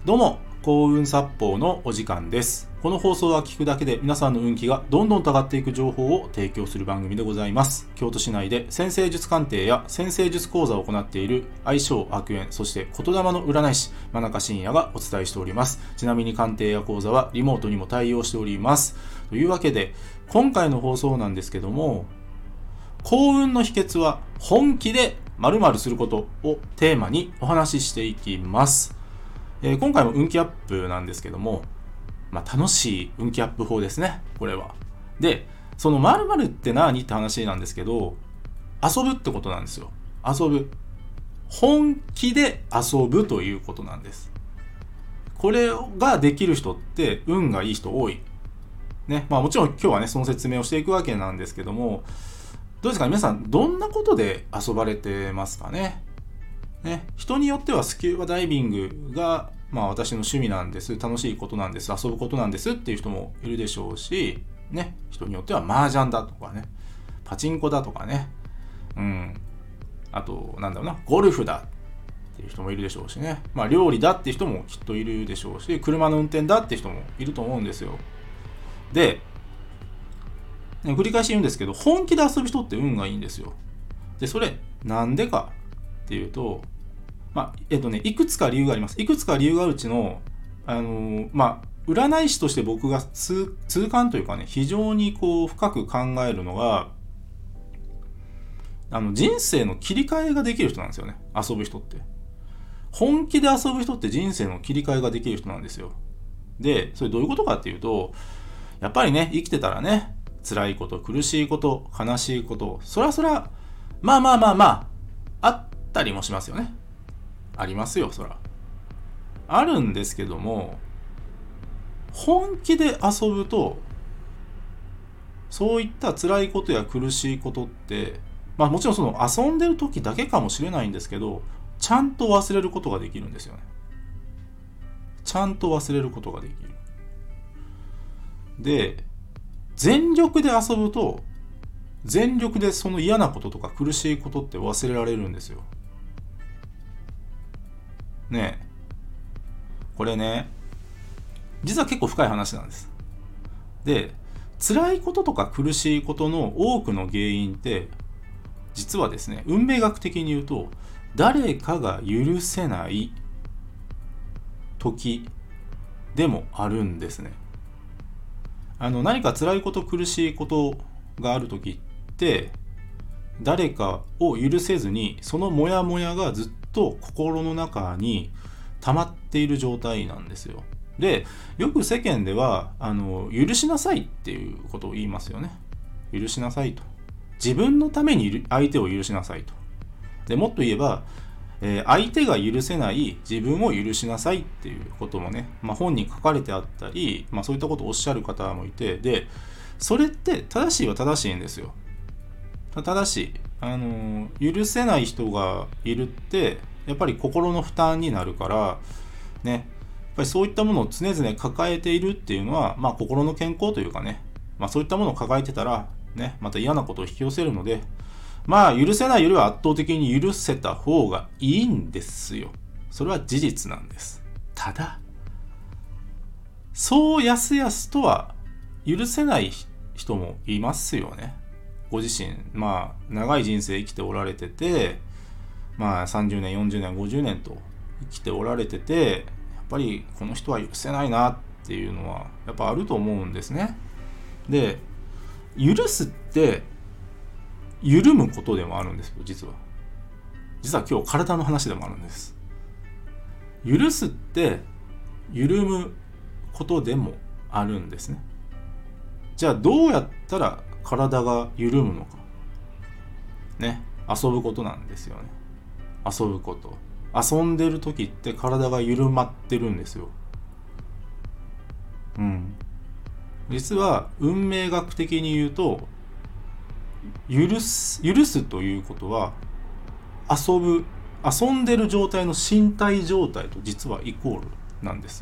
どうも、幸運殺法のお時間です。この放送は聞くだけで皆さんの運気がどんどんと上がっていく情報を提供する番組でございます。京都市内で占星術鑑定や占星術講座を行っている相性悪縁、そして言霊の占い師、真中信也がお伝えしております。ちなみに鑑定や講座はリモートにも対応しております。というわけで、今回の放送なんですけども、幸運の秘訣は本気で〇〇することをテーマにお話ししていきます。今回も運気アップなんですけども、楽しい運気アップ法ですね、これは。で、その〇〇って何って話なんですけど、遊ぶってことなんですよ。遊ぶ。本気で遊ぶということなんです。これができる人って運がいい人多い。ね。もちろん今日はね、その説明をしていくわけなんですけども、どうですか皆さん、どんなことで遊ばれてますかね。人によってはスキューバダイビングが、私の趣味なんです、楽しいことなんです、遊ぶことなんですっていう人もいるでしょうし、人によっては麻雀だとかね、パチンコだとかね、あとゴルフだっていう人もいるでしょうしね、料理だっていう人もきっといるでしょうし、車の運転だっていう人もいると思うんですよ。で、繰り返し言うんですけど、本気で遊ぶ人って運がいいんですよ。で、それなんでかっていうと、いくつか理由があります。いくつか理由があるうちの、占い師として僕が痛感というかね、非常に深く考えるのが、人生の切り替えができる人なんですよね。遊ぶ人って。本気で遊ぶ人って人生の切り替えができる人なんですよ。で、それどういうことかっていうと、やっぱりね、生きてたらね、辛いこと、苦しいこと、悲しいこと、そらあったりもしますよね。ありますよ、そら。あるんですけども、本気で遊ぶと、そういった辛いことや苦しいことって、もちろんその遊んでる時だけかもしれないんですけど、ちゃんと忘れることができるんですよね。ちゃんと忘れることができる。で、全力で遊ぶと、全力でその嫌なこととか苦しいことって忘れられるんですよ。これね、実は結構深い話なんです。で、辛いこととか苦しいことの多くの原因って、実はですね、運命学的に言うと、誰かが許せない時でもあるんですね。何か辛いこと苦しいことがある時って、誰かを許せずに、そのモヤモヤがずっと心の中に溜まっている状態なんですよ。で、よく世間では許しなさいっていうことを言いますよね。許しなさいと。自分のために相手を許しなさいと。で、もっと言えば、相手が許せない自分を許しなさいっていうこともね、本に書かれてあったり、そういったことをおっしゃる方もいて、で、それって正しいは正しいんですよ。ただし、許せない人がいるってやっぱり心の負担になるからね、やっぱりそういったものを常々抱えているっていうのは、心の健康というかね、そういったものを抱えてたらね、また嫌なことを引き寄せるので、許せないよりは圧倒的に許せた方がいいんですよ。それは事実なんです。ただ、そうやすやすとは許せない人もいますよね。ご自身、長い人生生きておられてて、30年、40年、50年と生きておられてて、やっぱりこの人は許せないなっていうのはやっぱあると思うんですね。で、許すって緩むことでもあるんですよ、実は今日体の話でもあるんです。許すって緩むことでもあるんですね。じゃあどうやったら体が緩むのかね、遊ぶことなんですよね。遊ぶこと、遊んでる時って体が緩まってるんですよ。実は運命学的に言うと、許すということは、遊んでる状態の身体状態と実はイコールなんですよ。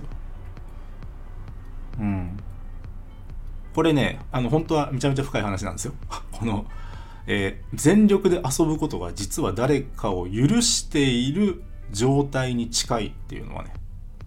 これね、本当はめちゃめちゃ深い話なんですよ。この、全力で遊ぶことが実は誰かを許している状態に近いっていうのはね、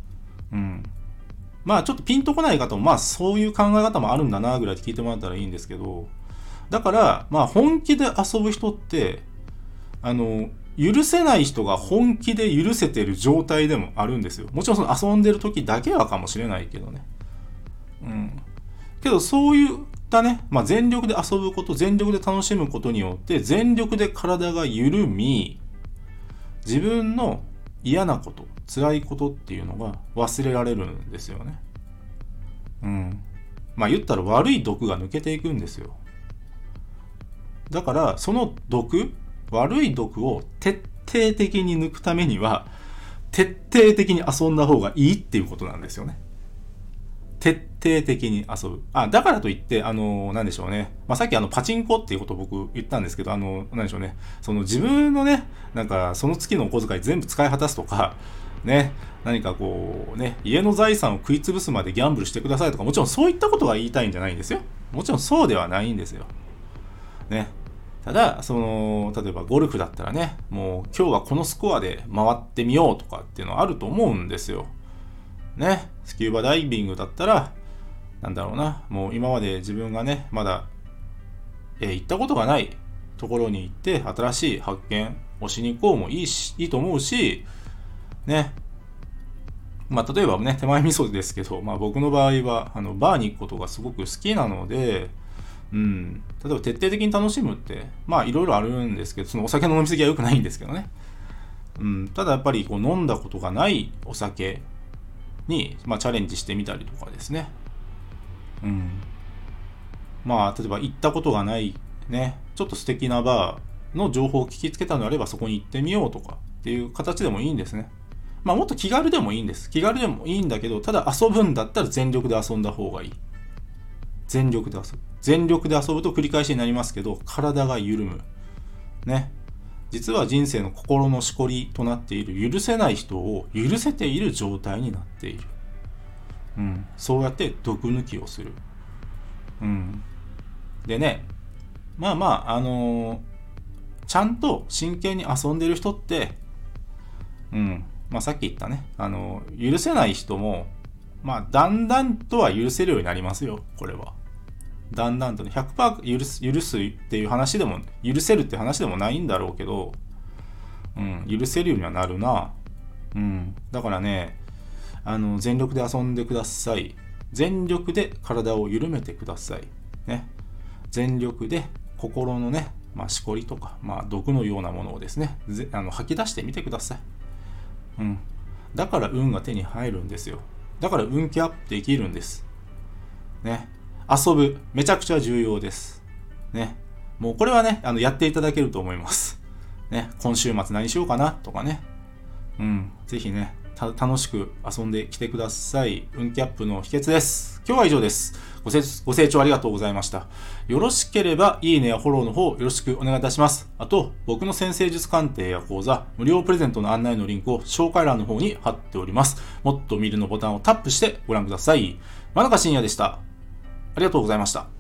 うん。まあちょっとピンとこない方も、まあそういう考え方もあるんだなぐらいで聞いてもらったらいいんですけど、だから、まあ本気で遊ぶ人って、許せない人が本気で許せてる状態でもあるんですよ。もちろんその遊んでる時だけはかもしれないけどね。うん。けどそういったね、まあ全力で遊ぶこと、全力で楽しむことによって、全力で体が緩み、自分の嫌なこと、辛いことっていうのが忘れられるんですよね。うん。まあ言ったら悪い毒が抜けていくんですよ。だからその悪い毒を徹底的に抜くためには、徹底的に遊んだ方がいいっていうことなんですよね。徹底的に遊ぶ。だからといって、なんでしょうね。まあ、さっきパチンコっていうことを僕言ったんですけど、なんでしょうね。その自分のね、なんか、その月のお小遣い全部使い果たすとか、ね、何かこう、ね、家の財産を食い潰すまでギャンブルしてくださいとか、もちろんそういったことが言いたいんじゃないんですよ。もちろんそうではないんですよ。ね。ただ、例えばゴルフだったらね、もう今日はこのスコアで回ってみようとかっていうのはあると思うんですよ。ね、スキューバダイビングだったら、なんだろうな、もう今まで自分がね、まだ、行ったことがないところに行って、新しい発見をしに行こうもいいと思うし、ね、まあ例えばね、手前味噌ですけど、まあ僕の場合は、バーに行くことがすごく好きなので、うん、例えば徹底的に楽しむって、まあいろいろあるんですけど、そのお酒の飲み過ぎは良くないんですけどね。うん、ただやっぱりこう飲んだことがないお酒に、まあ、チャレンジしてみたりとかですね。うん。まあ、例えば行ったことがないね、ちょっと素敵なバーの情報を聞きつけたのであればそこに行ってみようとかっていう形でもいいんですね。まあ、もっと気軽でもいいんです。気軽でもいいんだけど、ただ遊ぶんだったら全力で遊んだ方がいい。全力で遊ぶ。全力で遊ぶと繰り返しになりますけど、体が緩む。ね。実は人生の心のしこりとなっている許せない人を許せている状態になっている。うん。そうやって毒抜きをする。うん。でね、まあまあ、ちゃんと真剣に遊んでる人って、うん。まあさっき言ったね、許せない人も、まあだんだんとは許せるようになりますよ、これは。だんだんとね、100% 許すっていう話でも、許せるって話でもないんだろうけど、うん、許せるようにはなるな。うん。だからね、全力で遊んでください。全力で体を緩めてください。ね。全力で心のね、まあ、しこりとか、まあ、毒のようなものをですね、吐き出してみてください。うん。だから運が手に入るんですよ。だから運気アップできるんです。ね。遊ぶ。めちゃくちゃ重要です。ね。もうこれはね、やっていただけると思います。ね。今週末何しようかなとかね。うん。ぜひね、楽しく遊んできてください。運気アップの秘訣です。今日は以上です。ご清聴ありがとうございました。よろしければ、いいねやフォローの方よろしくお願いいたします。あと、僕の先生術鑑定や講座、無料プレゼントの案内のリンクを紹介欄の方に貼っております。もっと見るのボタンをタップしてご覧ください。真中信也でした。ありがとうございました。